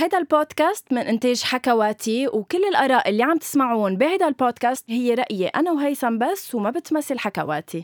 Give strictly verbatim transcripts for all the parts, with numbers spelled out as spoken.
هيدا البودكاست من إنتاج حكواتي، وكل الآراء اللي عم تسمعون بهيدا البودكاست هي رأيي أنا وهيثم بس، وما بتمثل حكواتي.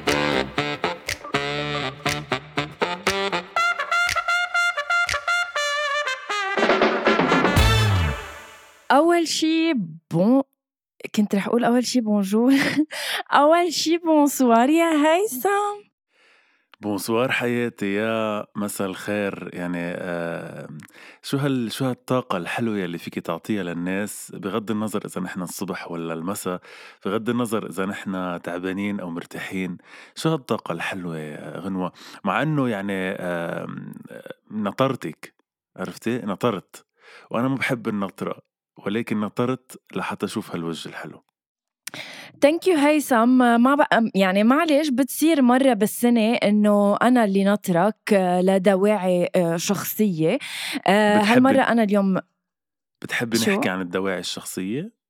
أول شي بون كنت رح أقول أول شي بونجور أول شي بونسوار يا هيثم. بونسوار حياتي، يا مساء الخير. يعني آه شو هال شو هالطاقة الحلوة اللي فيك تعطيها للناس، بغض النظر إذا نحن الصبح ولا المساء، بغض النظر إذا نحن تعبانين أو مرتاحين. شو هالطاقة الحلوة يا غنوة؟ مع إنه يعني آه نطرتك، عرفتي نطرت، وأنا ما بحب النطرة، ولكن نطرت لحتى أشوف هالوجه الحلو. Thank you هيثم. ما بقى يعني معلش بتصير مرة بالسنة إنه أنا اللي نطرك لدواعي شخصية. هالمرة أنا اليوم بتحبي نحكي عن الدواعي الشخصية؟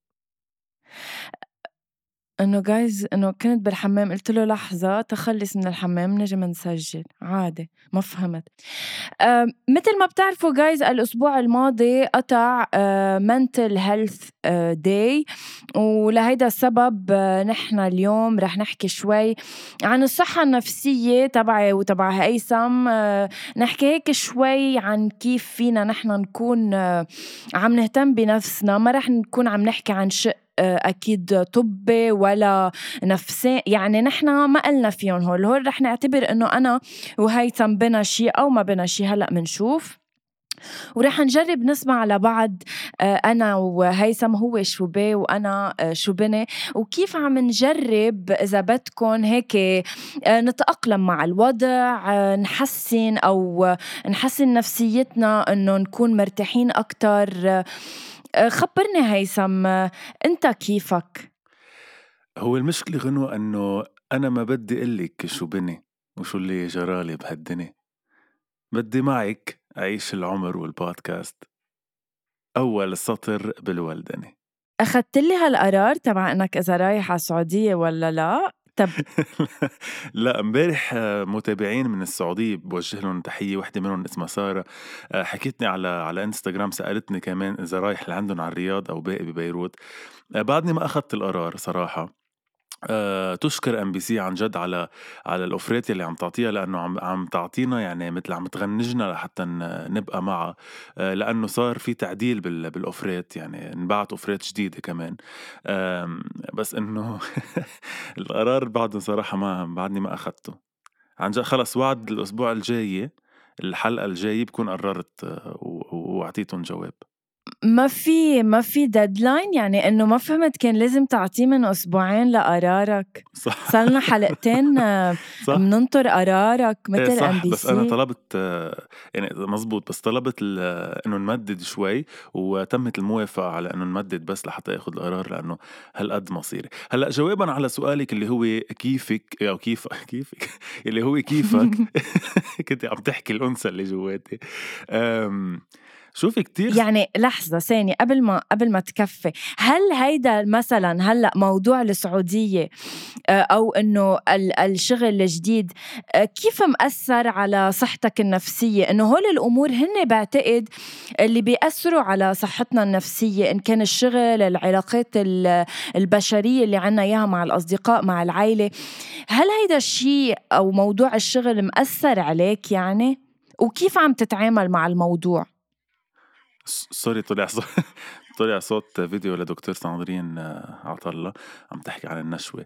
إنه جايز إنه كنت بالحمام، قلت له لحظة تخلص من الحمام نجي منسجل عادي. ما فهمت. أه مثل ما بتعرفوا جايز الأسبوع الماضي قطع أه mental health أه day، ولهيدا السبب أه نحن اليوم رح نحكي شوي عن الصحة النفسية تبعي وتبع هيثم. أه نحكي هيك شوي عن كيف فينا نحن نكون أه عم نهتم بنفسنا. ما رح نكون عم نحكي عن شيء أكيد طبي ولا نفسي، يعني نحنا ما قلنا فيهم هول هول رح نعتبر إنه أنا وهيثم بنا شي أو ما بنا شي، هلأ منشوف ورح نجرب نسمع لبعض. أنا وهيثم هو شو بي وأنا شو بني، وكيف عم نجرب إذا بدكن هيك نتأقلم مع الوضع، نحسن أو نحسن نفسيتنا إنه نكون مرتاحين أكتر. خبرني هيثم، أنت كيفك؟ هو المشكلة غنوة أنه أنا ما بدي قلك شو بني وشو اللي جرالي بهالدنيا. بدي معك أعيش العمر والبودكاست أول سطر بالولدني. أخدت لي هالقرار تبع أنك إذا رايح على السعودية ولا لا؟ طب لا، امبارح متابعين من السعودية بوجه لهم تحية، واحدة منهم اسمها سارة، حكيتني على على انستغرام، سألتني كمان إذا رايح لعندهم على الرياض أو باقي ببيروت. بعدني ما أخذت القرار صراحة. أه تشكر ام بي سي عن جد على على الاوفرات اللي عم تعطيها، لانه عم عم تعطينا يعني مثل عم تغنجنا لحتى نبقى معها. أه لانه صار في تعديل بال بالاوفرات، يعني انبعت اوفرات جديده كمان. بس انه القرار بعده صراحه ما بعدني ما اخذته عن جد. خلص وعد الاسبوع الجاي، الحلقه الجايه بكون قررت واعطيتهم جواب. ما في ما في ديدلاين، يعني إنه ما فهمت كان لازم تعطيه من أسبوعين لقرارك. صح. صارنا حلقتين مننطر قرارك مثل صح، ام بي بس أنا سي. طلبت يعني مزبوط، بس طلبت إنه نمدد شوي، وتمت الموافقة على إنه نمدد بس لحتى ياخد القرار، لأنه هالقد مصيري. هلأ جوابا على سؤالك اللي هو كيفك أو كيف كيفك اللي هو كيفك كنت عم تحكي الأنثى اللي جواتي. شوفي كتير يعني لحظة ثانية قبل ما قبل ما تكفي، هل هيدا مثلا هلأ موضوع السعودية أو إنه الشغل الجديد كيف مأثر على صحتك النفسية؟ إنه هول الأمور هن بعتقد اللي بيأثروا على صحتنا النفسية، إن كان الشغل، العلاقات البشرية اللي عنا إياها مع الأصدقاء مع العائلة. هل هيدا الشيء أو موضوع الشغل مأثر عليك يعني؟ وكيف عم تتعامل مع الموضوع؟ سوري طلع صوت طلع صوت فيديو لدكتور ساندرين عطلة عم تحكي عن النشوة.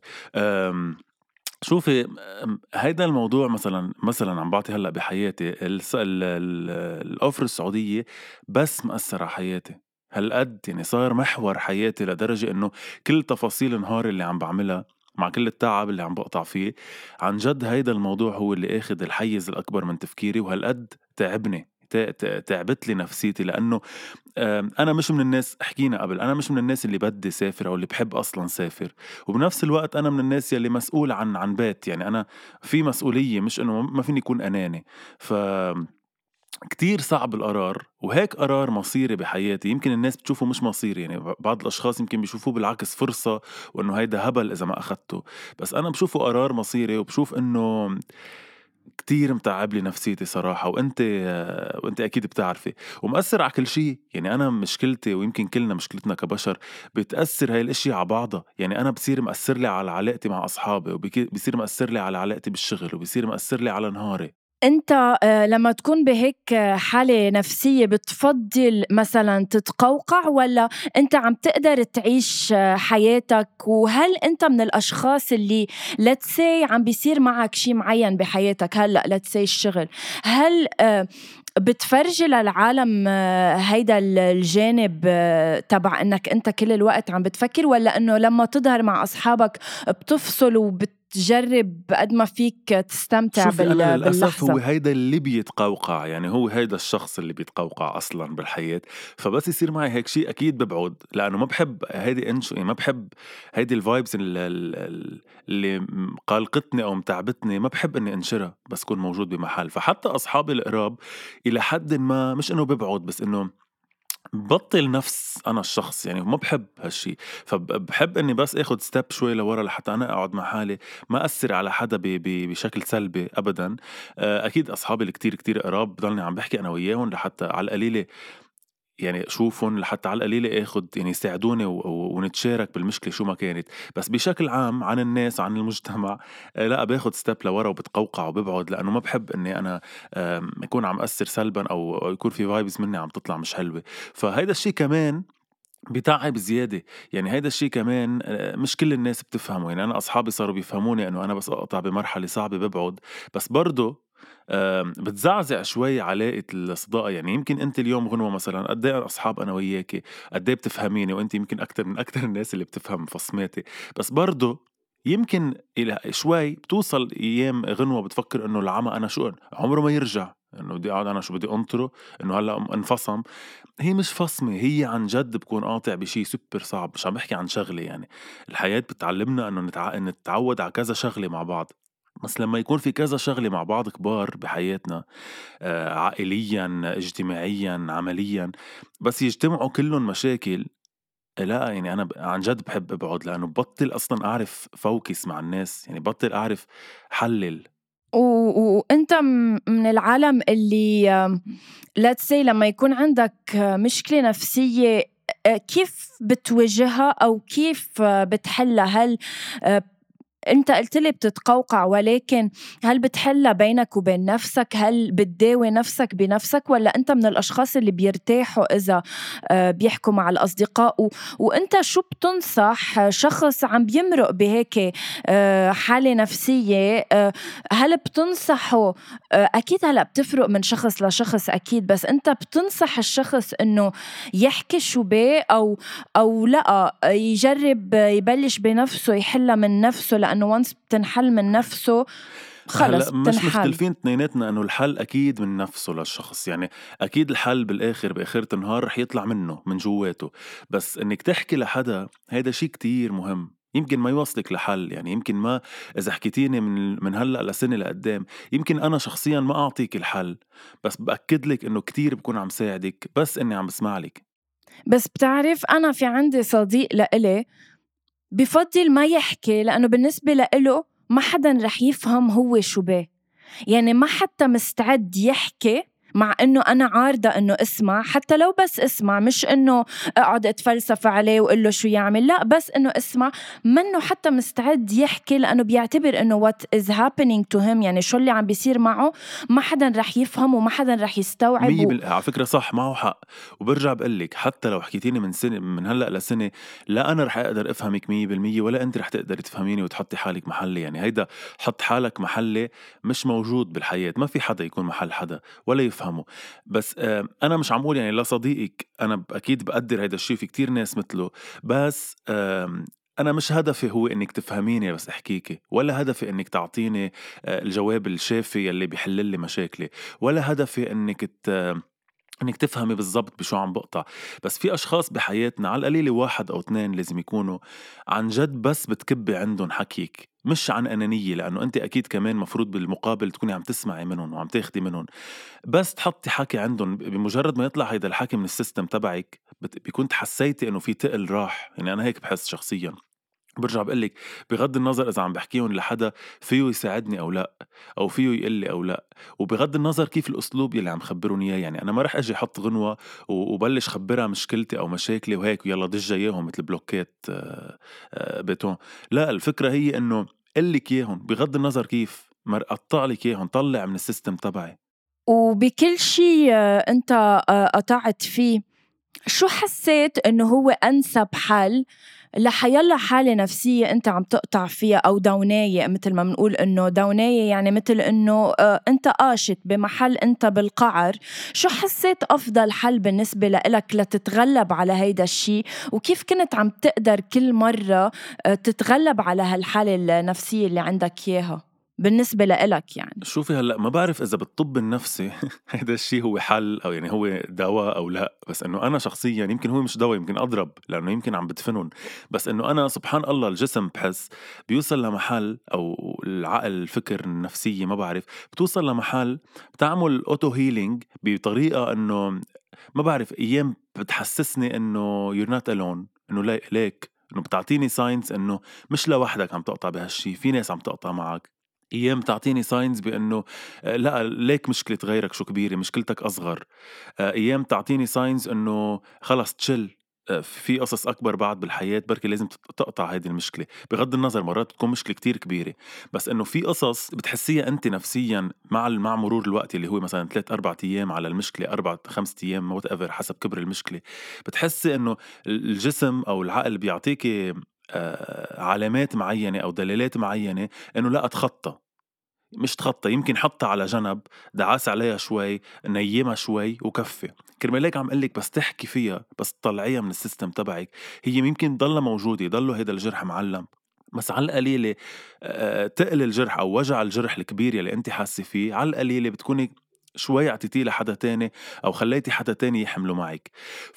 شوفي هيدا الموضوع مثلا مثلا عم بعطي هلا بحياتي الأوفر السعودية بس مأثر على حياتي هالقد، يعني صار محور حياتي لدرجة إنه كل تفاصيل نهار اللي عم بعملها مع كل التعب اللي عم بقطع فيه، عن جد هيدا الموضوع هو اللي اخد الحيز الأكبر من تفكيري، وهالقد تعبني تعبت لي نفسيتي. لأنه أنا مش من الناس، حكينا قبل، أنا مش من الناس اللي بدي سافر أو اللي بحب أصلا سافر، وبنفس الوقت أنا من الناس يلي مسؤول عن عن بيت، يعني أنا في مسؤولية، مش إنه ما فيني يكون أناني. ف كتير صعب القرار، وهيك قرار مصيري بحياتي. يمكن الناس بتشوفه مش مصيري، يعني بعض الأشخاص يمكن بيشوفوه بالعكس فرصة، وإنه هيدا هبل إذا ما أخدته، بس أنا بشوفه قرار مصيري، وبشوف إنه كتير متعب لي نفسيتي صراحة، وأنت وأنت أكيد بتعرفي، ومأثر على كل شيء. يعني أنا مشكلتي، ويمكن كلنا مشكلتنا كبشر، بتأثر هاي الأشياء على بعضها. يعني أنا بصير مأثر لي على علاقتي مع أصحابي، وبصير مأثر لي على علاقتي بالشغل، وبصير مأثر لي على نهاري. أنت آآ لمّا تكون بهيك حالة نفسية بتفضّل مثلًا تتقوقع والّا أنت عم تقدر تعيش آه، حياتك؟ وهل أنت من الأشخاص اللي let's say عم بيصير معك شي معيّن بحياتك هلأ let's say الشغل، هل آآ بتفرجي للعالم آه، هيدا ال الجانب آه، تبع إنّك أنت كل الوقت عم بتفكّر، والّا إنه لمّا تظهر مع أصحابك بتفصل وبتجرّب قد ما فيك تستمتع شوفي أنا بال للأسف هو باللحظة؟ هيدا اللي بيتقوقع، يعني هو هيدا الشخص اللي بيتقوقع أصلًا بالحياة. فبس يصير معي هيك شيء أكيد بابعد، لأنه ما باحب هيدي انش يعني ما باحب هيدي الvibes ال ال ال اللي م قالقتني أو متعبتني، ما باحب إني أنشرها بس كون موجود بمحل. فحتى أصحابي القراب إلى حدٍ ما، مش إنه بابعد، بس إنه بطل نفس أنا الشخص، يعني ما بحب هالشي. فبحب إني بس أخد ستيب شوي لورا لحتى أنا أقعد مع حالي، ما أثر على حدا ب- ب- بشكل سلبي أبدا. آه، أكيد أصحابي اللي كتير كتير قراب بضلني عم بحكي أنا وياهم لحتى على القليلة، يعني أشوفهم لحتى على القليلة آخد يعني يساعدوني و- و- ونتشارك بالمشكلة شو ما كانت. بس بشكل عام عن الناس عن المجتمع، آه، لا باخد ستيب لورا وبتقوقع وببعد، لأنه ما بحب إني أنا آم، يكون عم أثر سلبا أو أو يكون في فايبز مني عم تطلع مش حلوة. فهيدا الشي كمان بيتعب زيادة. يعني هيدا الشي كمان آه، مش كل الناس بتفهمه. يعني أنا أصحابي صاروا بيفهموني أنه أنا بس أقطع بمرحلة صعبة ببعد، بس برضو آم، بتزعزع شوي علاقة الصداقة. يعني يمكن أنت اليوم غنوة مثلا قد ايه أصحاب أنا وياكي، قد ايه بتفهميني، وأنت يمكن أكتر من أكتر الناس اللي بتفهم فصماتي. بس برضو يمكن إلى شوي بتوصل أيام غنوة بتفكر إنه العمى أنا شو عمره ما يرجع، إنه بدي أقعد أنا شو بدي أنطره، إنه هلأ انفصم. هي مش فصمة، هي عن جد بكون قاطع بشي سوبر صعب. مش عم بحكي عن شغلة، يعني الحياة بتعلمنا انه نتع... نتعود على كذا شغلة مع بعض. بس لما يكون في كذا شغلة مع بعض كبار بحياتنا، آه عائليا اجتماعيا عمليا، بس يجتمعوا كلهم مشاكل، آه، لا يعني أنا ب... عن جد بحب أبعد، لأنه بطل أصلا أعرف فوكس مع الناس، يعني بطل أعرف حلل. و وأنت م من العالم اللي آمم let's say لمّا يكون عندك آه، مشكلة نفسية أ كيف بتواجهها أو كيف آه، بتحلّها؟ هل آآ أنت قُلت لي بتتقوقع، ولكن هل بتحلّها بينك وبين نَفْسك؟ هل بتداوي نَفْسك بنَفْسك، والّا أنت من الأشخاص اللي بيرتاحوا إذا آآ بيحكوا مع الأصدقاء؟ و وأنت شو بتنصح شخص عم بيمرُق بهيك آآ حالة نفسية، آآ هل بتنصحه؟ آآ أكيد هلأ بتفرق من شخص لشخص أكيد، بس أنت بتنصح الشخص إنه يحكي شو بيه، أو أو لأ يجرّب يبلّش بنَفْسه يحلّها من نَفْسه، لأنه once بتنحل من نَفْسه هلأ خلص مش بتنحل؟ مختلفين اتنيناتنا إنه الحل أكيد من نفسه للشخص. يعني أكيد الحل بالآخر بآخرة النهار رح يطلع منه من جواته. بس إنك تحكي لحدا هيدا شي كتير مهم، يمكن ما يوصلك لحل. يعني يمكن ما، إذا حكيتيني من من هلأ لسنة لقدام، يمكن أنا شخصيا ما أعطيك الحل، بس بأكد لك إنه كتير بكون عم ساعدك بس إني عم بسمع لك. بس بتعرف أنا في عندي صديق لإلي بفضّل ما يحكي، لأنه بالنسبة لإله ما حدًا رح يفهم هو شو بيه، يعني ما حتى مستعد يحكي، مع إنه أنا عارضة إنه اسمع، حتى لو بس اسمع، مش إنه اقعد اتفلسف عليه وقول له شو يعمل، لأ بس إنه اسمع. منّه حتى مستعد يحكي لأنه بيعتبر إنه what is happening to him، يعني شو اللي عم بيصير معه ما حدًا رح يفهم وما حدًا رح يستوعب. مية و بال... على فكرة صح، معه حق. وبرجع بقلك حتى لو حكيتيني من سنة من هلأ لسنة، لا أنا رح أقدر أفهمك مية بالمية، ولا أنت رح تقدري تفهميني وتحطي حالك محلي. يعني هيدا حط حالك محلي مش موجود بالحياة، ما في حدا يكون محل حدا ولا يفهمه. بس آه أنا مش عم أقول يعني لا صديقك، أنا أكيد بقدر هيدا الشي، في كتير ناس مثله. بس آه أنا مش هدفي هو إنك تفهميني بس أحكيكي، ولا هدفي إنك تعطيني آه، الجواب الشافي يلي بيحلل لي مشاكلي، ولا هدفي إنك ت... إنك تفهمي بالضبط بشو عم بقطع. بس في أشخاص بحياتنا على القليلة واحد أو اثنين لازم يكونوا عن جد بس بتكبي عندهم حكيك، مش عن أنانية، لأنه أنت أكيد كمان مفروض بالمقابل تكوني عم تسمعي منهم وعم تاخدي منهم. بس تحطي حكي عندهم، بمجرد ما يطلع هيدا الحكي من السيستم تبعك بت... بيكون تحسيتي إنه في تقل راح. يعني أنا هيك بحس شخصيا. برجع بقلك بغض النظر إذا عم بحكيهم لحدا فيه يساعدني أو لأ، أو فيه يقول لي أو لأ، وبغض النظر كيف الأسلوب يلي عم خبرهم إياه. يعني أنا ما رح أجي أحط غنوة و- وبلش خبرها مشكلتي أو مشاكلي وهيك ويلا دج إياهم مثل بلوكات آه، آه، بيتون. لا، الفكرة هي إنه قلك إياهم بغض النظر كيف، مر قطع لك إياهم، طلع من السيستم تبعي. وبكل شي آه، أنت آه، قطعت فيه، شو حسيت إنه هو أنسب حل لحيلا حالة نفسية أنت عم تقطع فيها أو دوناية؟ مثل ما منقول إنه دوناية يعني مثل إنه آه أنت قاشت بمحل أنت بالقعر. شو حسيت أفضل حل بالنسبة لإلك لتتغلب على هيدا الشي، وكيف كنت عم تقدر كل مرة آه تتغلب على هالحالة النفسية اللي عندك إياها بالنسبة لإلك يعني؟ شوفي هلأ ما بعرف إذا بالطب النفسي هيدا الشي هو حل أو يعني هو دواء أو لا، بس إنه أنا شخصيا يمكن هو مش دواء، يمكن أضرب لأنه يمكن عم بدفنن. بس إنه أنا سبحان الله الجسم بحس بيوصل لمحل، أو العقل الفكر النفسية ما بعرف، بتوصل لمحل بتعمل أوتو هيلينج بطريقة إنه ما بعرف، أيام بتحسسني إنه you're not alone، إنه لا- ليك إنه بتعطيني ساينز إنه مش لوحدك عم تقطع بهالشي، في ناس عم تقطع معك. ايام تعطيني ساينز بانه آه، لا ليك مشكله غيرك شو كبيره، مشكلتك اصغر. آه، ايام تعطيني ساينز انه خلص تشل، آه، في قصص اكبر بعد بالحياه بركي لازم تت- تقطع هذه المشكله. بغض النظر مرات تكون مشكله كتير كبيره، بس انه في قصص بتحسيها انت نفسيا مع ال- مع مرور الوقت اللي هو مثلا ثلاث اربع ايام على المشكله، اربع خمس ايام وات ايفر حسب كبر المشكله، بتحسي انه الجسم او العقل بيعطيكي آه، علامات معينه او دلالات معينه انه لا اتخطى. مش تخطى، يمكن حطها على جنب، دعاس عليها شوي، نيمها شوي وكفي. كرمال هيك عم قلك بس تحكي فيها، بس تطلعيها من السيستم تبعك. هي يمكن ضلها موجودة، ضله هيدا الجرح معلم، بس على القليلة آه، تقل الجرح أو وجع الجرح الكبير يلي أنت حاسة فيه، على القليلة بتكوني شوي عطيتيه لحدا تاني أو خليتي حدا تاني يحمله معك.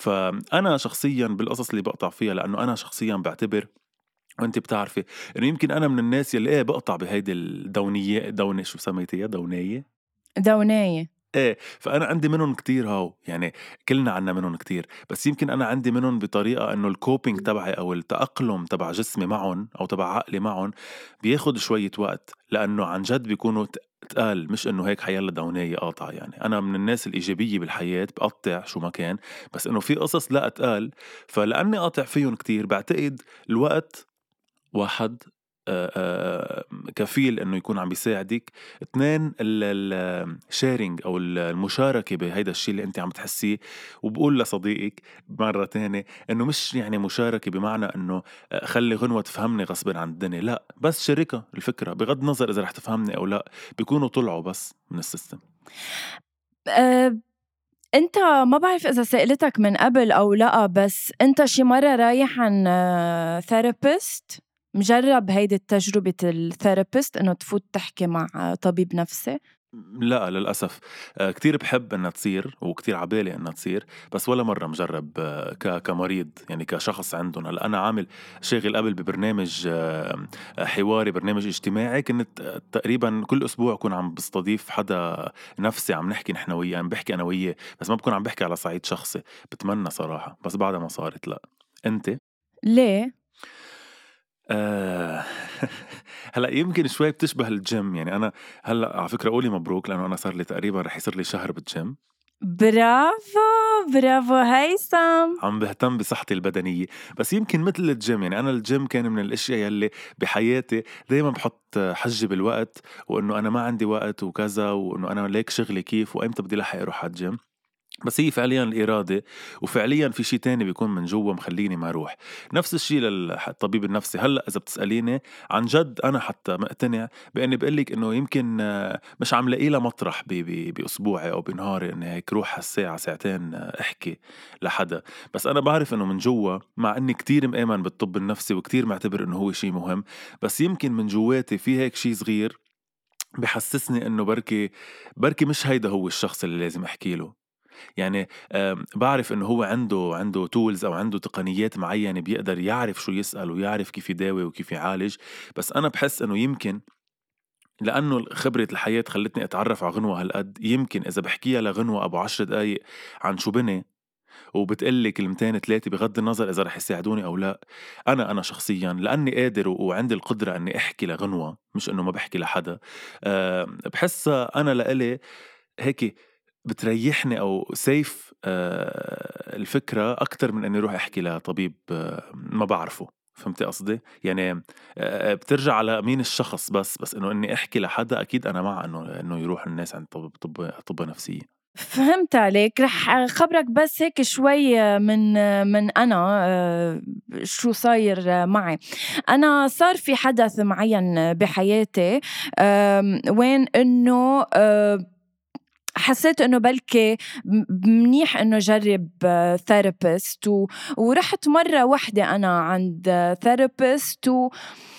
فأنا شخصيا بالقصص اللي بقطع فيها، لأنه أنا شخصيا بعتبر وانت بتعرفي انه يمكن انا من الناس يلي ايه بقطع بهيدي الدونية، دونة شو سميتيها، دونية. دوناية. ايه، فانا عندي منهم كتير هاو، يعني كلنا عنا منهم كتير، بس يمكن انا عندي منهم بطريقة انه الكوبينج تبعي او التأقلم تبع جسمي معهم او تبع عقلي معهم بياخد شوية وقت، لانه عن جد بيكونوا ت- تقال، مش انه هيك حيلا دونية قاطع. يعني انا من الناس الايجابية بالحياة بقطع شو ما كان، بس انه في قصص لا تقال، فلاني قاطع فيهم كتير بعتقد الوقت واحد آه، آه، كفيل انه يكون عم بيساعدك. اثنين الشيرينج او ال- المشاركه بهيدا الشيء اللي انت عم تحسيه. وبقول لصديقك مره تانية انه مش يعني مشاركه بمعنى انه آه، خلي غنوه تفهمني غصب عن الدنيا، لا، بس شركه الفكره بغض النظر اذا رح تفهمني او لا، بيكونوا طلعوا بس من السيستم. أه، أنت ما بعرف إذا سألتك من قبل أو لأ، بس أنت شي مرة رايح عن ثيرابيست؟ مجرب هيدي التجربة الثيرابيست إنه تفوت تحكي مع آه، طبيب نفسي؟ لا للأسف. آه، كتير بحب انها تصير وكتير عبالي انها تصير، بس ولا مرة مجرب آه، ك- كمريض، يعني كشخص عندهم. هلا انا عامل شاغل قبل ببرنامج آه، حواري، برنامج اجتماعي، كنت آه، تقريبا كل اسبوع اكون عم بستضيف حدا نفسي، عم نحكي نحن وياه، عم بحكي انا وياه، بس ما بكون عم بحكي على صعيد شخصي. بتمنى صراحة، بس بعدها ما صارت. لا انت؟ ليه؟ آه هلا يمكن شوي بتشبه الجيم. يعني انا هلا على فكره قولي مبروك، لانه انا صار لي تقريبا رح يصير لي شهر بالجيم. برافو، برافو هيثم. عم بهتم بصحتي البدنيه، بس يمكن مثل الجيم، يعني انا الجيم كان من الاشياء يلي بحياتي دايما بحط حجة بالوقت، وانه انا ما عندي وقت وكذا، وانه انا ليك شغلي كيف وامتى بدي لحق اروح على الجيم. بس هي فعليا الإرادة، وفعليا في شيء تاني بيكون من جوا مخليني ما أروح. نفس الشيء للطبيب النفسي. هلأ إذا بتسأليني عن جد، أنا حتى مقتنع بأني بقلك إنه يمكن آه، مش عم لاقي لها مطرح ب- ب- بأسبوعي أو بنهاري إني هيك روح هالساعة ساعتين آه، أحكي لحدا. بس أنا بعرف إنه من جوا، مع إني كتير مآمن بالطب النفسي وكتير معتبر إنه هو شيء مهم، بس يمكن من جواتي في هيك شيء صغير بحسسني إنه بركي بركي مش هيدا هو الشخص اللي لازم أحكي له. يعني آم، بعرف انه هو عنده عنده تولز او عنده تقنيات معينة بيقدر يعرف شو يسأل ويعرف كيف يداوي وكيف يعالج. بس انا بحس انه يمكن لانه خبرة الحياة خلتني اتعرف على غنوة هالقد، يمكن اذا بحكيها لغنوة ابو عشر دقايق عن شو بني، وبتقلي كلمتين ثلاثة بغض النظر إذا رح يساعدوني أو لا. أنا أنا شخصيا لأني قادر وعندي القدرة أني أحكي لغنوة، مش أنه ما بحكي لحدا، أه بحسها أنا لإلي هيك بتريحني أو سيف أه الفكرة أكتر من أني روح أحكي لطبيب أه ما بعرفه. فهمتي قصدي؟ يعني أه بترجع على مين الشخص، بس بس إنه إني أحكي لحدا أكيد أنا مع إنه إنه يروح الناس عند طب طب طب نفسية. فهمت عليك. رح خبرك بس هيك شوي من من أنا شو صاير معي. أنا صار في حدث معين بحياتي وين إنه حسيت إنه بلكي منيح إنه جرب ثيرابيست، ورحت مرة واحدة أنا عند ثيرابيست، و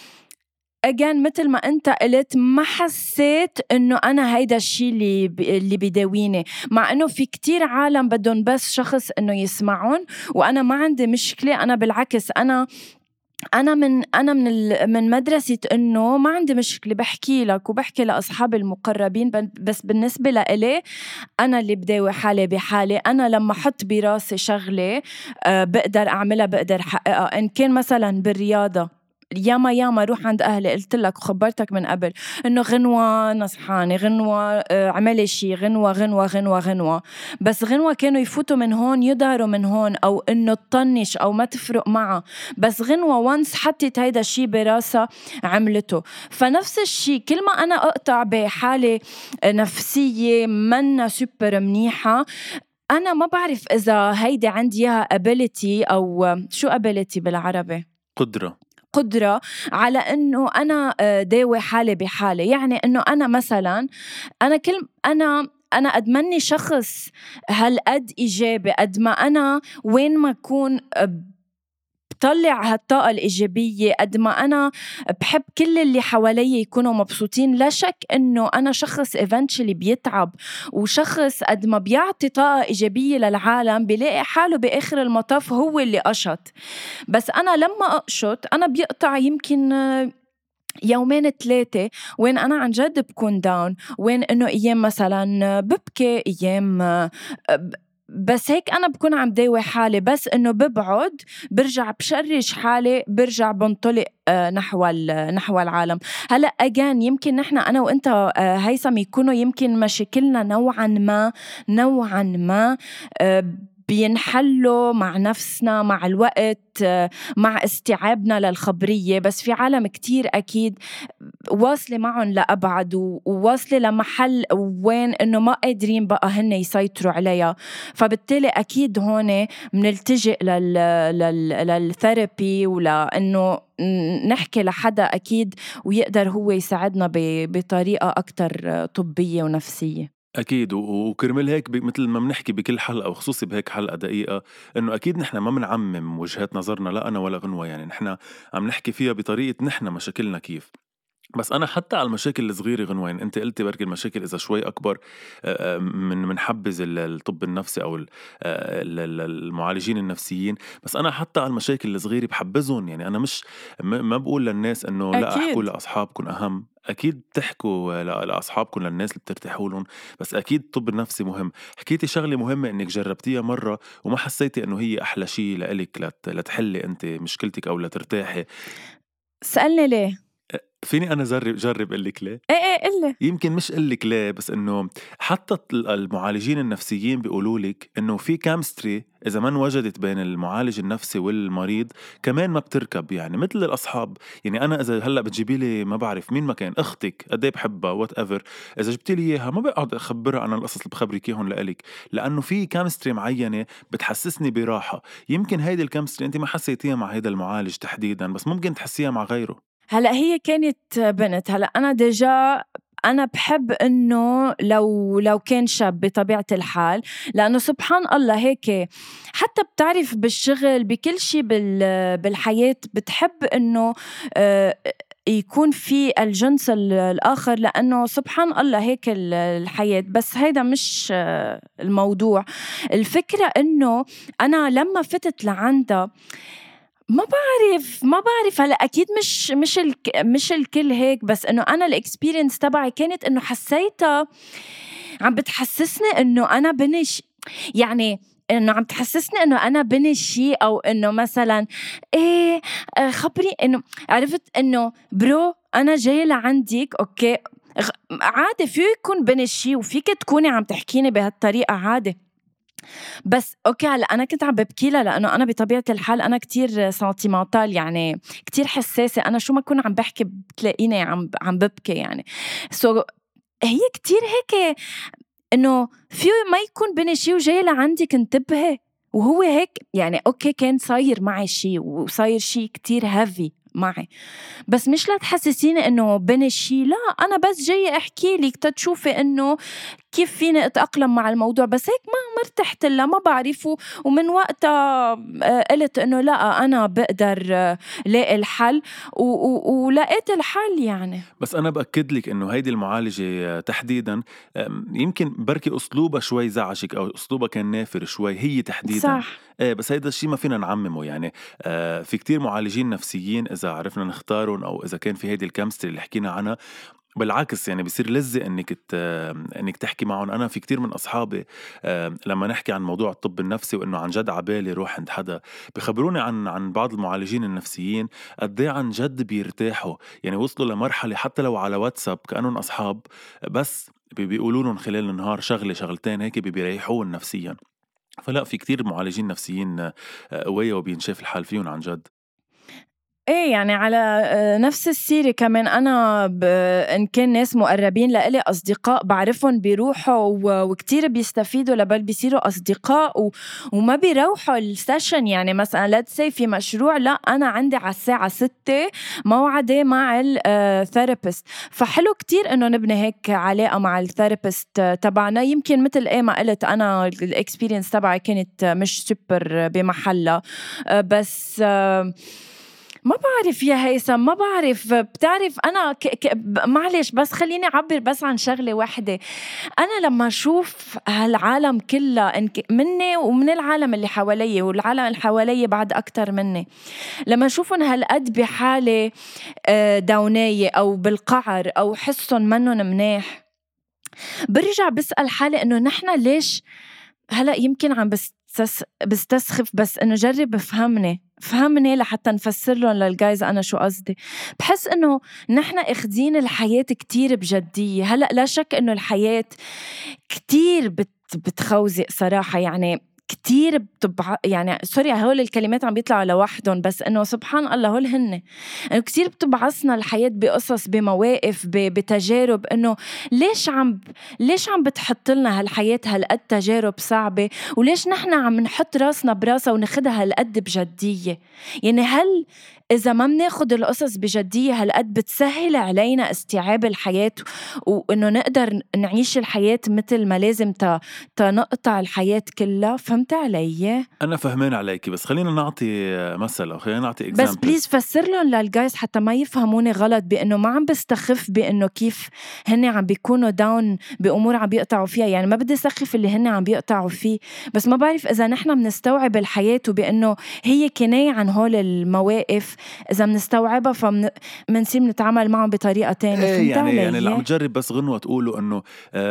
أجان مثل ما أنت قلت ما حسيت إنه أنا هيدا الشي اللي ب... اللي بداويني، مع إنه في كتير عالم بدون بس شخص إنه يسمعون، وأنا ما عندي مشكلة. أنا بالعكس أنا أنا من أنا من ال... من مدرسة إنه ما عندي مشكلة بحكي لك وبحكي لأصحابي المقربين، بس بالنسبة لإلي أنا اللي بداوي حالي بحالي. أنا لما حط براسي شغلة أه بقدر أعملها، بقدر حققها. إن كان مثلا بالرياضة، ياما ياما روح عند أهلي قلت لك وخبرتك من قبل إنه غنوة نصحاني، غنوة عملي شي، غنوة غنوة غنوة غنوة بس غنوة كانوا يفوتوا من هون يظهروا من هون، أو إنه تطنش أو ما تفرق معها، بس غنوة وانس حطت هيدا الشي براسها عملته. فنفس الشي كل ما أنا أقطع بحالة نفسية منا سوبر منيحة، أنا ما بعرف إذا هيدا عندي إياها ability أو شو ability بالعربي، قدرة قدرة على إنه أنا داوي حالي بحالي. يعني إنه أنا مثلاً أنا كل أنا أنا أدمني شخص هالقد إيجابي، قد ما أنا وين ما أكون بطلع هالطاقة الإيجابية، قد ما أنا بحب كل اللي حوالي يكونوا مبسوطين. لا شك إنه أنا شخص eventually بيتعب، وشخص قد ما بيعطي طاقة إيجابية للعالم بيلاقي حاله بآخر المطاف هو اللي قشط. بس أنا لما أقشط أنا بيقطع يمكن يومين ثلاثة وين أنا عن جد بكون داون، وين إنه أيام مثلا ببكي، أيام بس هيك أنا بكون عم داوي حالي، بس إنه ببعد برجع بشرج حالي، برجع بنطلق نحو نحو العالم. هلأ أجان يمكن نحن أنا وإنت هيثم يكونوا يمكن مشاكلنا نوعا ما نوعا ما بينحلوا مع نفسنا مع الوقت، مع استيعابنا للخبرية، بس في عالم كتير أكيد واصلة معهم لأبعد وواصلة لمحل وين إنه ما قادرين بقى هن يسيطروا عليها. فبالتالي أكيد هون منلتجئ لل لل للثيرابي، ولا إنه نحكي لحدا أكيد ويقدر هو يساعدنا بطريقة أكتر طبية ونفسية. أكيد. وكرمال هيك مثل ما بنحكي بكل حلقة، وخصوصي بهيك حلقة دقيقة، إنه أكيد نحن ما بنعمم وجهات نظرنا، لا أنا ولا غنوة، يعني نحن عم نحكي فيها بطريقة نحن مشاكلنا كيف. بس أنا حتى على المشاكل الصغيرة غنوة، يعني أنت قلتي بركي المشاكل إذا شوي أكبر من من حبز الطب النفسي أو المعالجين النفسيين، بس أنا حتى على المشاكل الصغيرة بحبزهم. يعني أنا مش ما بقول للناس إنه لا أحكوا لأصحابكم أهم، أكيد تحكوا لأصحابكم للناس اللي بترتاحوا لهم، بس أكيد الطب النفسي مهم. حكيتي شغلة مهمة إنك جربتيها مرة وما حسيتي إنه هي أحلى شيء لإلك لتحلي أنت مشكلتك أو لترتاحي. سألني ليه؟ فيني أنا جرب جرب قلك ليه؟ إيه إيه قلي. يمكن مش قلك ليه، بس إنه حتى المعالجين النفسيين بيقولولك إنه في كيمستري إذا ما انوجدت بين المعالج النفسي والمريض كمان ما بتركب. يعني مثل الأصحاب، يعني أنا إذا هلأ بتجيبي لي ما بعرف مين ما كان أختك قدي بحبها وات ايفر، إذا جبتي لي إياها ما بقعد أخبرها أنا القصص اللي بخبرك إياهم لإلك، لأنه في كيمستري معينة بتحسسني براحة. يمكن هيدي الكيمستري أنت ما حسيتيها مع هيدا المعالج تحديدا، بس ممكن تحسيها مع غيره. هلأ هي كانت بنت، هلأ أنا ديجا أنا بحب إنه لو لو كان شاب بطبيعة الحال، لأنه سبحان الله هيك حتى بتعرف بالشغل بكل شي بالحياة بتحب إنه يكون في الجنس الآخر، لأنه سبحان الله هيك الحياة. بس هيدا مش الموضوع. الفكرة إنه أنا لما فتت لعندها ما بعرف ما بعرف هلا اكيد مش مش الك مش الكل هيك، بس انه انا الاكسبيرينس تبعي كانت انه حسيتها عم بتحسسني انه انا بنش، يعني إنه عم تحسسني إنه أنا بني شي، أو إنه مثلا إيه آه، خبري إنه عرفت إنه برو أنا جاي لعندك أوكي عادي، فيه يكون بني شي وفيك تكوني عم تحكيني بهالطريقة عادي. بس أوكي هلأ أنا كنت عم ببكي لها لأنه أنا بطبيعة الحال أنا كتير سنتيمنتال، يعني كتير حساسة، أنا شو ما كون عم بحكي بتلاقيني عم عم ببكي يعني. سو هي كتير هيك إنه فيه ما يكون بني شي وجاي لعندك انتبهي، وهو هيك يعني أوكي كان صاير معي شي وصاير شي كتير هافي معي، بس مش لا تحسسيني إنه بني شي، لا أنا بس جاي أحكي لك تتشوفي إنه كيف فيني أتأقلم مع الموضوع، بس هيك ما مرتحت لها ما بعرفه. ومن وقتها قلت إنه لا أنا بقدر لاقي الحل ولقيت الحل يعني. بس أنا بأكد لك إنه هيدي المعالجة تحديدا يمكن بركي أسلوبها شوي زعجك أو أسلوبها كان نافر شوي هي تحديدا، صح. ايه بس هيدا الشيء ما فينا نعممه يعني. آه في كتير معالجين نفسيين إذا عرفنا نختارهم أو إذا كان في هيدي الكيمستري اللي حكينا عنها، بالعكس يعني بيصير لذة انك ت... انك تحكي معهم. انا في كتير من اصحابي لما نحكي عن موضوع الطب النفسي وانه عن جد عبالي روح عند حدا بخبروني عن عن بعض المعالجين النفسيين قد ايه عن جد بيرتاحوا، يعني وصلوا لمرحلة حتى لو على واتساب كأنهم اصحاب بس بيقولوا لهم خلال النهار شغلة شغلتين هيك بيريحون نفسيا. فلا في كتير معالجين نفسيين قوية وبينشاف الحال فيهم عن جد. ايه يعني على نفس السيرة كمان أنا ب... إن كان ناس مقربين لإلي أصدقاء بعرفهم بيروحوا و... وكتير بيستفيدوا لبل بيصيروا أصدقاء و... وما بيروحوا السيشن. يعني مثلا let's say في مشروع، لا أنا عندي على الساعة ستة موعدة مع الثيرابيست، فحلو كتير إنه نبني هيك علاقة مع الثيرابيست تبعنا. يمكن مثل إيه ما قلت أنا الإكسبيرينس تبعي كانت مش سوبر بمحلها، بس ما بعرف يا هيثم، ما بعرف. بتعرف أنا ك... ك... معلش بس خليني أعبر بس عن شغلة واحدة. أنا لما أشوف هالعالم كلها مني ومن العالم اللي حوالي والعالم اللي حوالي بعد أكتر مني، لما أشوفهم هالقد بحالة دونية أو بالقعر أو حسهم منهم مناح، برجع بسأل حالي إنه نحن ليش هلأ يمكن عم بستس... بستسخف، بس إنه جرب فهمني فهمني لحتى نفسر لهم للجايز أنا شو قصدي. بحس إنه نحن اخذين الحياة كتير بجدية. هلأ لا شك إنه الحياة كتير بت... بتخوزق صراحة، يعني كتير بتبع يعني سوري هول الكلمات عم بيطلعوا لوحدهم، بس إنه سبحان الله هول هن إنه كتير بتبعثنا الحياة بقصص بمواقف بتجارب، إنه ليش عم ليش عم بتحط لنا هالحياة هالقد تجارب صعبة، وليش نحن عم نحط راسنا براسها وناخدها هالقد بجدية. يعني هل إذا ما بناخد القصص بجدية هالقد بتسهل علينا استيعاب الحياة وإنه نقدر نعيش الحياة مثل ما لازم تنقطع الحياة كلها؟ فهمت علي؟ أنا فهمان عليكي، بس خلينا نعطي مثل أو خلينا نعطي بس example. بليز فسر لهم للجايز حتى ما يفهموني غلط، بأنه ما عم بستخف بأنه كيف هن عم بيكونوا داون بأمور عم بيقطعوا فيها. يعني ما بدي سخف اللي هن عم بيقطعوا فيه، بس ما بعرف إذا نحن بنستوعب الحياة وبأنه هي كناية عن هول المواقف، إذا بنستوعبها فمنصير نتعامل معهم بطريقة تانية. إيه فهمت يعني علي؟ يعني اللي عم تجرب بس غنوة تقولوا إنه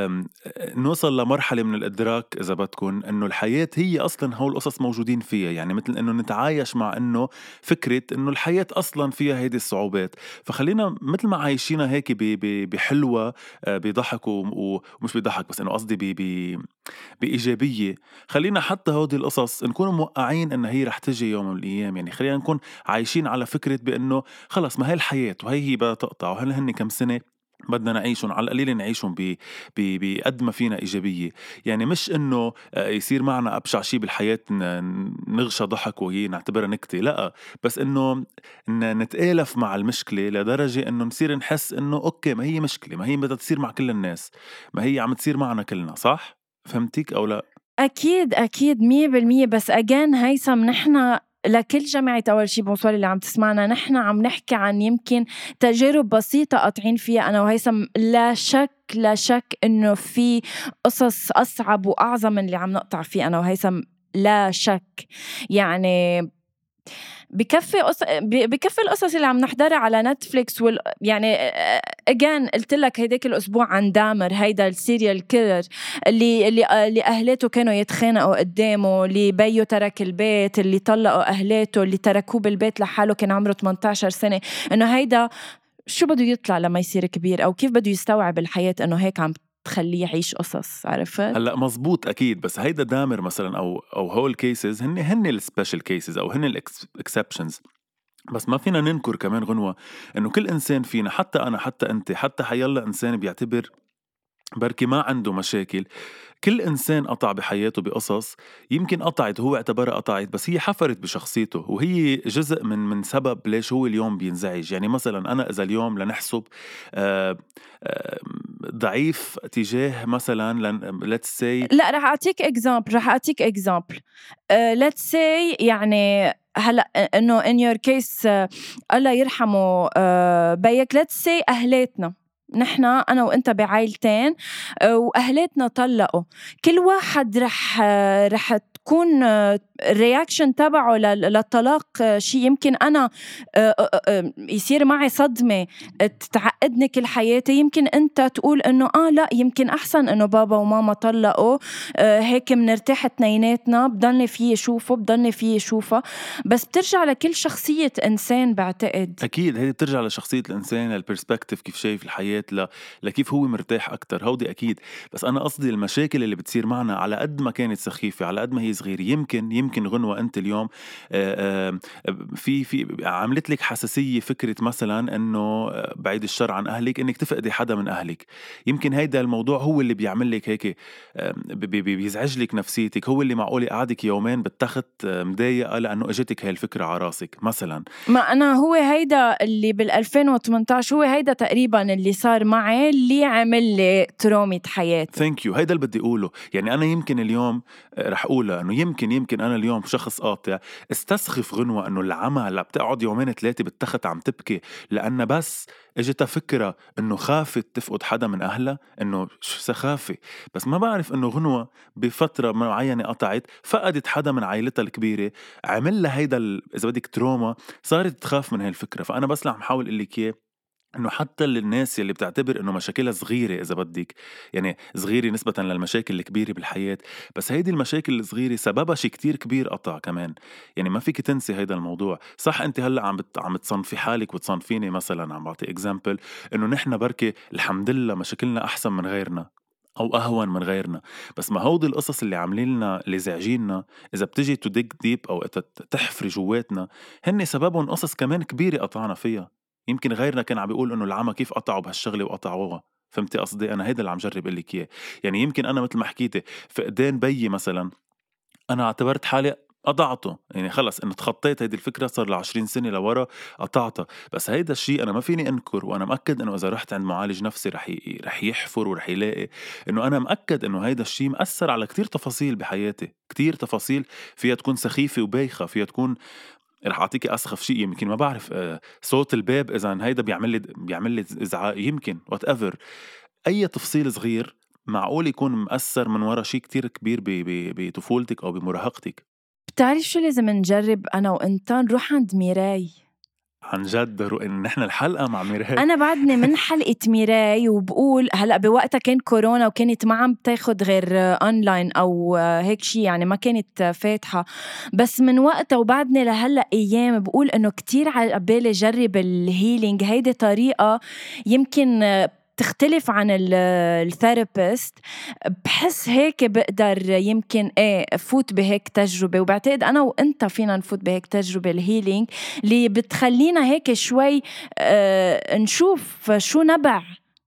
نوصل لمرحلة من الإدراك إذا بدكن إنه الحياة هي أصلاً هول القصص موجودين فيها، يعني مثل إنه نتعايش مع إنه فكرة إنه الحياة أصلاً فيها هيدي الصعوبات. فخلينا مثل ما عايشينها هيك بحلوة بيضحك ومش بيضحك، بس إنه قصدي بإيجابية، خلينا حتى هودي القصص نكون موقعين إن هي رح تجي يوم من الأيام. يعني خلينا نكون عايشين على فكرة بأنه خلص ما هي الحياة وهي هي بدها تقطع، وهل هن كم سنة بدنا نعيشهم على القليل نعيشهم بقد ما فينا إيجابية. يعني مش إنه يصير معنا أبشع شي بالحياة نغشى ضحك وهي نعتبرها نكتة، لا، بس إنه نتآلف مع المشكلة لدرجة إنه نصير نحس إنه أوكي ما هي مشكلة، ما هي بدها تصير مع كل الناس، ما هي عم تصير معنا كلنا. صح؟ فهمتيك أو لا؟ أكيد أكيد مية بالمية. بس أجان هيثم نحن لكل جماعة أول شي بونسوار اللي عم تسمعنا، نحن عم نحكي عن يمكن تجارب بسيطة قاطعين فيها أنا وهيثم. لا شك لا شك إنه في قصص أصعب وأعظم من اللي عم نقطع فيه أنا وهيثم، لا شك. يعني بكفي قص... بكفي القصص اللي عم نحضرها على نتفليكس وال... يعني اجان قلت لك هيداك الاسبوع عن دامر، هيدا السيريال كيلر اللي اللي اللي اهلاته كانوا يتخانقوا قدامه، اللي بيو ترك البيت، اللي طلقوا اهلاته، اللي تركوه بالبيت لحاله كان عمره ثمانية عشر سنة. انه هيدا شو بده يطلع لما يصير كبير، او كيف بده يستوعب الحياة انه هيك عم تخليه يعيش قصص. عرفت؟ هلا مزبوط اكيد، بس هيدا دامر مثلا او او هول كيسز هن هن السبيشال كيسز او هن الاكسبشنز. بس ما فينا ننكر كمان غنوة انه كل انسان فينا، حتى انا حتى انت حتى حيلا انسان بيعتبر بركي ما عنده مشاكل، كل إنسان قطع بحياته بقصص يمكن قطعت هو اعتبرها قطعت، بس هي حفرت بشخصيته وهي جزء من من سبب ليش هو اليوم بينزعج. يعني مثلا أنا إذا اليوم لنحسب آه آه ضعيف تجاه مثلا let's say، لا رح أعطيك example رح أعطيك example uh, let's say يعني هلا إنه in your case uh, الله يرحمه uh, بيك let's say أهلاتنا نحنا أنا وإنت بعائلتين وأهلاتنا طلقوا، كل واحد رح رح تكون الرياكشن تبعه للطلاق شيء. يمكن أنا يصير معي صدمة تتعقدني كل حياتي، يمكن أنت تقول إنه آه لا يمكن أحسن إنه بابا وماما طلقوا هيك منرتاح اتنيناتنا، بضلني فيه شوفه بضلني فيه شوفه. بس بترجع لكل شخصية إنسان بعتقد. أكيد هذه بترجع لشخصية الإنسان، للبرسبكتيف كيف شايف الحياة، ل... لكيف هو مرتاح أكتر، هودي أكيد. بس أنا قصدي المشاكل اللي بتصير معنا على قد ما كانت سخيفة على قد ما هي صغيرة، يمكن يمكن غنوة أنت اليوم آآ آآ في في عملت لك حساسية فكرة مثلا إنه بعيد الشر عن أهلك إنك تفقدي حدا من أهلك، يمكن هيدا الموضوع هو اللي بيعمل لك هيك بيزعج لك نفسيتك، هو اللي معقولة قعدك يومين بالتخت مضايقة لأنه أجتك هاي الفكرة على راسك مثلا. ما أنا هو هيدا اللي بالألفين وثمانتعش هو هيدا تقريبا اللي صار معي اللي عمل لي ترومة حياتي. ثانك يو، هيدا اللي بدي أقوله. يعني أنا يمكن اليوم رح أقولها إنه يمكن يمكن أنا اليوم شخص قاطع استسخف غنوة إنه العمى اللي بتقعد يومين ثلاثة بالتخت عم تبكي لأن بس اجتها فكرة إنه خافت تفقد حدا من أهلها، إنه سخافة. بس ما بعرف إنه غنوة بفترة معينة قطعت فقدت حدا من عائلتها الكبيرة، عمل لها هيدا إذا بدك تروما، صارت تخاف من هاي الفكرة. فأنا بس عم حاول أقول لك إياه إنه حتى للناس اللي بتعتبر إنه مشاكلها صغيرة إذا بدك، يعني صغيرة نسبة للمشاكل الكبيرة بالحياة، بس هيدي المشاكل الصغيرة سببها شيء كتير كبير قطع كمان. يعني ما فيك تنسي هيدا الموضوع. صح أنت هلأ عم بت... عم تصنفي حالك وتصنفيني مثلا، عم بعطي إكزامبل إنه نحن بركي الحمد لله مشاكلنا أحسن من غيرنا أو أهون من غيرنا، بس ما هودي القصص اللي عاملين لنا اللي زعجيننا إذا بتجي تو ديك ديب أو تحفري جواتنا هن سببهم قصص كمان كبيرة قطعنا فيها. يمكن غيرنا كان عم بيقول إنه العمى كيف قطعوا بهالشغلة وقطعوها. فهمتي قصدي؟ أنا هيدا اللي عم جرب أقول لك إياه. يعني يمكن أنا مثل ما حكيتي فقدان بيي مثلا أنا اعتبرت حالي قطعته، يعني خلص إنه تخطيت هيدي الفكرة، صار لعشرين سنة لورا قطعتها. بس هيدا الشيء أنا ما فيني أنكر، وأنا مأكد إنه إذا رحت عند معالج نفسي رح ي... رح يحفر ورح يلاقي إنه أنا مأكد إنه هيدا الشيء مأثر على كتير تفاصيل بحياتي، كتير تفاصيل فيها تكون سخيفة وبايخة، فيها تكون رح أعطيكي أسخف شيء يمكن ما بعرف آه صوت الباب إذا هيدا بيعمل لي بيعمل لي إزعاج، يمكن whatever أي تفصيل صغير معقول يكون مأثر من وراء شيء كتير كبير بطفولتك أو بمراهقتك. بتعرف شو لازم نجرب أنا وإنت؟ نروح عند ميراي. عن جد إن نحن الحلقة مع ميراي. أنا بعدني من حلقة ميراي وبقول هلأ بوقتها كان كورونا وكانت ما عم تاخد غير أونلاين أو هيك شي، يعني ما كانت فاتحة. بس من وقتها وبعدني لهلأ أيام بقول إنه كتير على بالي جرب الهيلينج. هيدي طريقة يمكن تختلف عن الثيرابيست، بحس هيك بقدر يمكن ايه فوت بهيك تجربة، وبعتقد أنا وإنت فينا نفوت بهيك تجربة الهيلينج اللي بتخلينا هيك شوي اه نشوف شو نبع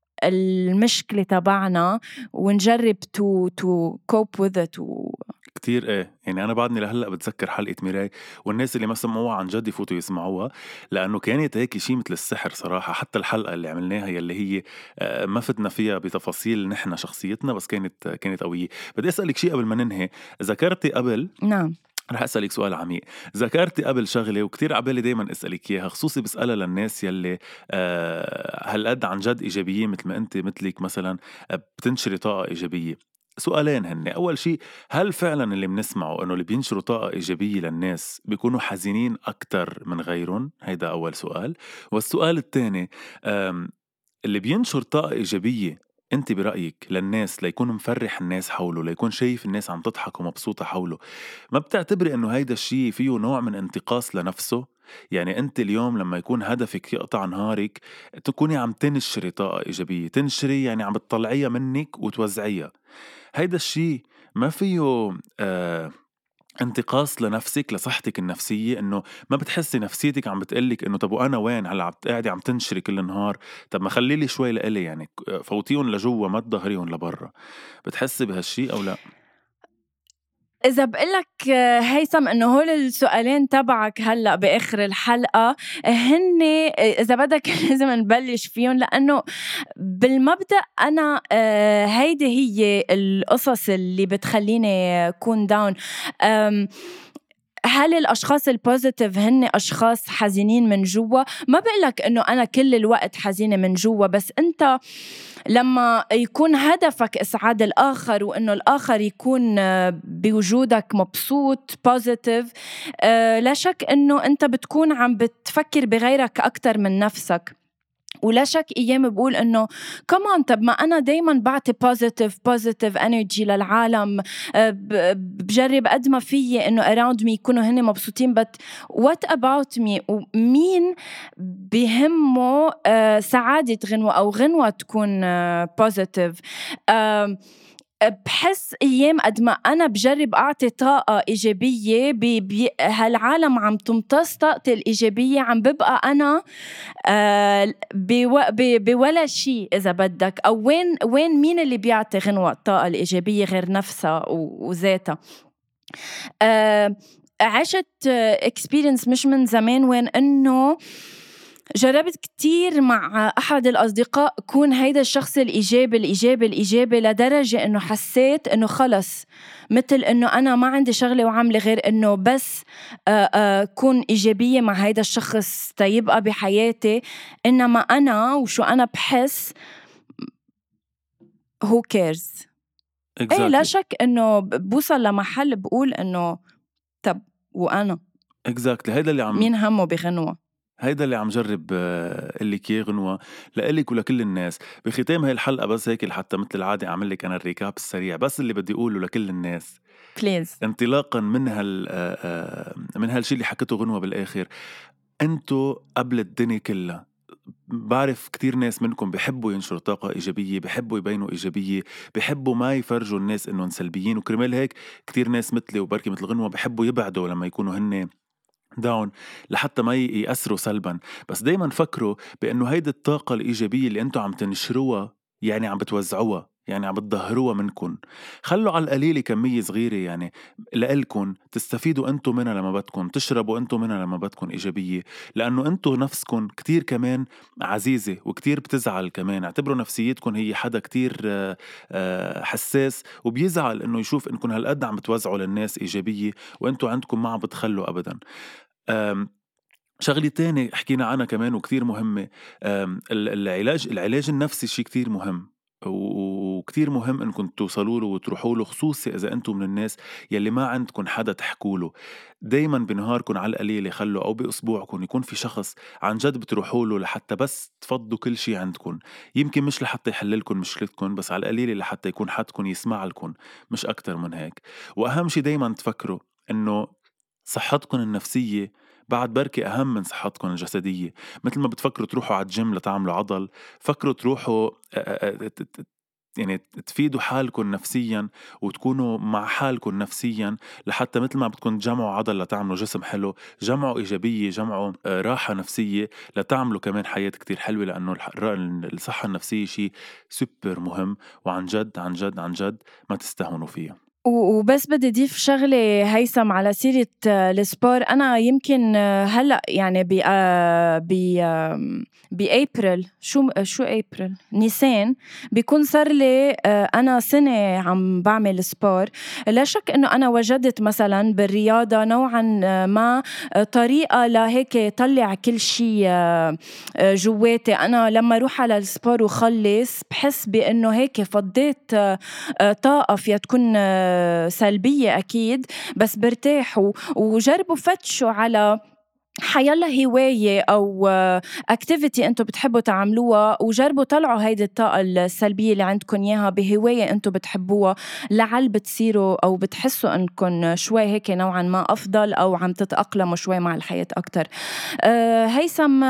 المشكلة تبعنا ونجرب to, to cope with it و... كتير ايه. يعني انا بعدني لهلا بتذكر حلقه ميراي، والناس اللي ما سمعوها عن جد يفوتوا يسمعوها لانه كانت هيك شيء مثل السحر صراحه. حتى الحلقه اللي عملناها يلي هي ما فتنا فيها بتفاصيل نحن شخصيتنا، بس كانت كانت قويه. بدي اسالك شيء قبل ما ننهي. ذكرتي قبل نعم رح أسألك سؤال عميق. ذكرتي قبل شغلة وكتير عبالي دايما أسألك إياها، خصوصي بسألها للناس يلي آه هالقد عن جد إيجابيين مثل ما أنت مثلك مثلا بتنشري طاقة إيجابية. سؤالين هن. أول شي، هل فعلا اللي بنسمعه أنه اللي بينشروا طاقة إيجابية للناس بيكونوا حزينين أكتر من غيرهم؟ هيدا أول سؤال. والسؤال الثاني، اللي بينشر طاقة إيجابية أنت برأيك للناس ليكون مفرح الناس حوله، ليكون شايف الناس عم تضحك ومبسوطة حوله، ما بتعتبري أنه هيدا الشيء فيه نوع من انتقاص لنفسه؟ يعني أنت اليوم لما يكون هدفك يقطع نهارك تكوني عم تنشري طاقة إيجابية، تنشري يعني عم بتطلعيها منك وتوزعيها، هيدا الشيء ما فيه آه انتقاص لنفسك، لصحتك النفسية، انه ما بتحسي نفسيتك عم بتقلك انه طب وانا وين هلا عم قاعدة عم تنشري كل النهار، طب ما خليلي شوي لإلي، يعني فوتيهم لجوا ما تظهريهم لبرا، بتحسي بهالشي او لا؟ إذا بقلك هيثم إنه هول السؤالين تبعك هلأ بآخر الحلقة هن إذا بدك لازم نبلش فيهم، لأنه بالمبدأ أنا هيدي هي القصص اللي بتخليني كون داون. هل الأشخاص البوزيتيف هن أشخاص حزينين من جوا؟ ما بقلك إنه أنا كل الوقت حزينة من جوا، بس أنت لما يكون هدفك إسعاد الآخر وإنه الآخر يكون بوجودك مبسوط بوزيتيف، لا شك إنه أنت بتكون عم بتفكر بغيرك أكتر من نفسك. ولا شك أيام بقول إنه كمان طب ما أنا دايماً بعطي positive positive energy للعالم، بجرب قد ما فيي إنه around me يكونوا هني مبسوطين، but what about me؟ ومين بهمه سعادة غنوة أو غنوة تكون positive؟ بحس أيام قد ما أنا بجرب أعطي طاقة إيجابية بهالعالم عم تمتص طاقتي الإيجابية، عم ببقى أنا آه بولا شيء إذا بدك. أو وين وين مين اللي بيعطي غنوة الطاقة الإيجابية غير نفسها وذاتها؟ آه عشت experience مش من زمان وين إنه جربت كتير مع أحد الأصدقاء كون هيدا الشخص الإيجابي الإيجابي الإيجابي لدرجة إنه حسيت إنه خلص مثل إنه أنا ما عندي شغلة وعملة غير إنه بس آآ آآ كون إيجابية مع هيدا الشخص تيبقى بحياتي، إنما أنا وشو أنا بحس who cares؟ exactly. إيه لا شك إنه بوصل لمحل بقول إنه طب وأنا exactly. هيدا اللي عم مين همه بغنوة؟ هيدا اللي عم جرب قلك إياه غنوة لقلك ولكل الناس بختام هاي الحلقة. بس هيك لحتى مثل العادة أعمل لك أنا الريكاب السريع، بس اللي بدي أقوله لكل الناس بليز انطلاقا من هال من هالشي اللي حكته غنوة بالآخر، أنتو قبل الدنيا كلها. بعرف كتير ناس منكم بيحبوا ينشروا طاقة إيجابية، بيحبوا يبينوا إيجابية، بيحبوا ما يفرجوا الناس إنهم سلبيين، وكرمال هيك كتير ناس مثلي وبركي مثل غنوة بيحبوا يبعدوا لما يكونوا هن داون لحتى ما يأثروا سلبا. بس دايما فكروا بأنه هيدي الطاقة الإيجابية اللي أنتوا عم تنشروها يعني عم بتوزعوها، يعني عم بتظهروها منكم. خلوا على القليل كمية صغيرة يعني لألكن تستفيدوا أنتوا منها لما بدكن، تشربوا أنتوا منها لما بدكن إيجابية، لأنه أنتوا نفسكن كتير كمان عزيزة وكتير بتزعل كمان. اعتبروا نفسيتكن هي حدا كتير حساس وبيزعل إنه يشوف إنكم هالقد عم بتوزعوا للناس إيجابية وأنتوا عندكم ما عم بتخلوا أبدا. شغلة تاني حكينا عنها كمان وكتير مهمة، العلاج العلاج النفسي شيء كتير مهم، وكتير مهم انكم توصلوا له وتروحوا له، خصوصي اذا انتم من الناس يلي ما عندكم حدا تحكوا له. دايما بنهاركم على القليل خلوا او باسبوعكم يكون في شخص عن جد بتروحوا له لحتى بس تفضوا كل شيء عندكم، يمكن مش لحتى يحللكم مشكلتكم بس على القليل لحتى يكون حدكم يسمع لكم، مش اكتر من هيك. واهم شيء دايما تفكروا انه صحتكم النفسية بعد بركي أهم من صحتكم الجسدية. مثل ما بتفكروا تروحوا على الجيم لتعملوا عضل، فكروا تروحوا يعني تفيدوا حالكم نفسيا وتكونوا مع حالكم نفسيا، لحتى مثل ما بدكم تجمعوا عضل لتعملوا جسم حلو، جمعوا إيجابية، جمعوا راحة نفسية لتعملوا كمان حياة كتير حلوة، لأنه الصحة النفسية شيء سوبر مهم، وعن جد عن جد عن جد ما تستهونوا فيها. وبس بدي أضيف شغلة هيثم على سيرة السبور. أنا يمكن هلأ يعني ب ب بأبريل شو شو أبريل نيسان بيكون صار لي أنا سنة عم بعمل سبور. لا شك إنه أنا وجدت مثلا بالرياضة نوعا ما طريقة لهيك طلع كل شيء جواتي. أنا لما روح على السبور وخلص بحس بأنه هيك فضيت طاقة فيها تكون سلبية أكيد، بس برتاح. وجربوا فتشوا على حيالله هواية أو activity أنتوا بتحبوا تعملوها، وجربوا طلعوا هيدي الطاقة السلبية اللي عندكم إياها بهواية أنتوا بتحبوها، لعل بتصيروا أو بتحسوا أنكم شوي هيك نوعا ما أفضل أو عم تتأقلموا شوي مع الحياة أكتر. أه هيثم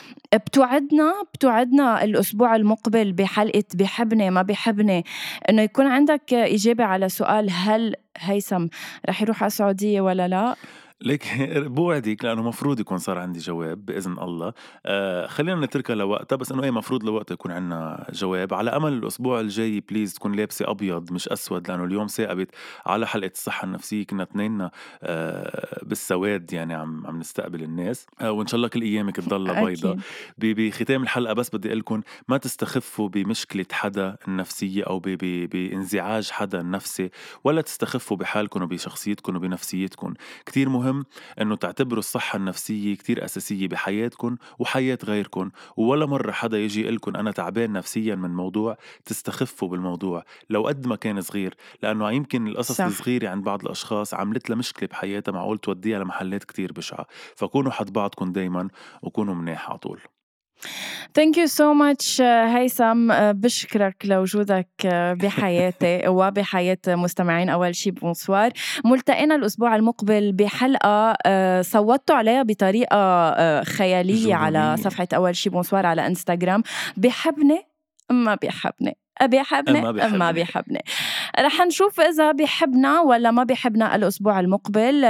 بتوعدنا بتوعدنا الأسبوع المقبل بحلقة بحبني ما بحبني إنه يكون عندك إجابة على سؤال هل هيثم رح يروح على السعودية ولا لا؟ ليك بوعدك لأنه مفروض يكون صار عندي جواب بإذن الله. آه خلينا نتركها لوقتها، بس إنه أي مفروض لوقت يكون عنا جواب. على أمل الأسبوع الجاي بليز تكون لابسة أبيض مش أسود، لأنه اليوم ثاقبت على حلقة الصحة النفسية كنا اثنيننا آه بالسواد، يعني عم عم نستقبل الناس. آه وإن شاء الله كل أيامك تضل بيضة. بختام الحلقة بس بدي أقولكم ما تستخفوا بمشكلة حدا النفسية أو بانزعاج حدا النفسي، ولا تستخفوا بحالكم وبشخصيتكم وبنفسيتكم. كتير مهم انه تعتبروا الصحة النفسية كتير اساسية بحياتكم وحياة غيركم، ولا مرة حدا يجي يقلكن انا تعبان نفسيا من موضوع تستخفوا بالموضوع لو قد ما كان صغير، لانه يمكن القصص الصغيرة عند بعض الاشخاص عملت لها مشكلة بحياتها معقول توديها لمحلات كتير بشعة. فكونوا حد بعضكم دايما وكونوا منيح على طول. Thank you so much هيثم. بشكرك لوجودك بحياتي وبحياة مستمعين أول شي بونسوار. ملتقينا الأسبوع المقبل بحلقة صوتوا عليها بطريقة خيالية جميل. على صفحة أول شي بونسوار على إنستغرام. بيحبني ما بيحبني بيحبني ما بيحبني, ما بيحبني. رح نشوف إذا بيحبنا ولا ما بيحبنا الأسبوع المقبل.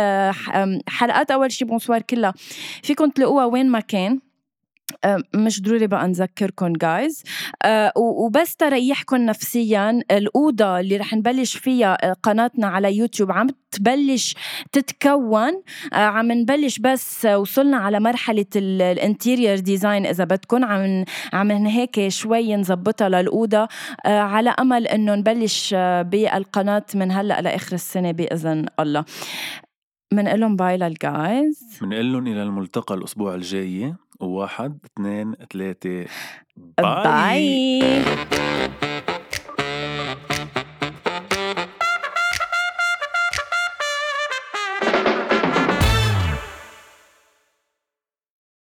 حلقات أول شي بونسوار كلها فيكن تلاقوها وين ما كان، مش ضروري بقى نذكركن جايز. أه وبس تريحكن نفسيا. الأوضة اللي رح نبلش فيها قناتنا على يوتيوب عم تبلش تتكون. أه عم نبلش بس وصلنا على مرحلة الانتيريور ديزاين إذا بدكن، عم عم هيك شوي نزبطها للأوضة. أه على أمل إنه نبلش بالقناة من هلأ لآخر السنة بإذن الله. منقلهم باي للجايز، منقلهم إلى الملتقى الأسبوع الجاي. واحد اثنين ثلاثة باي, باي.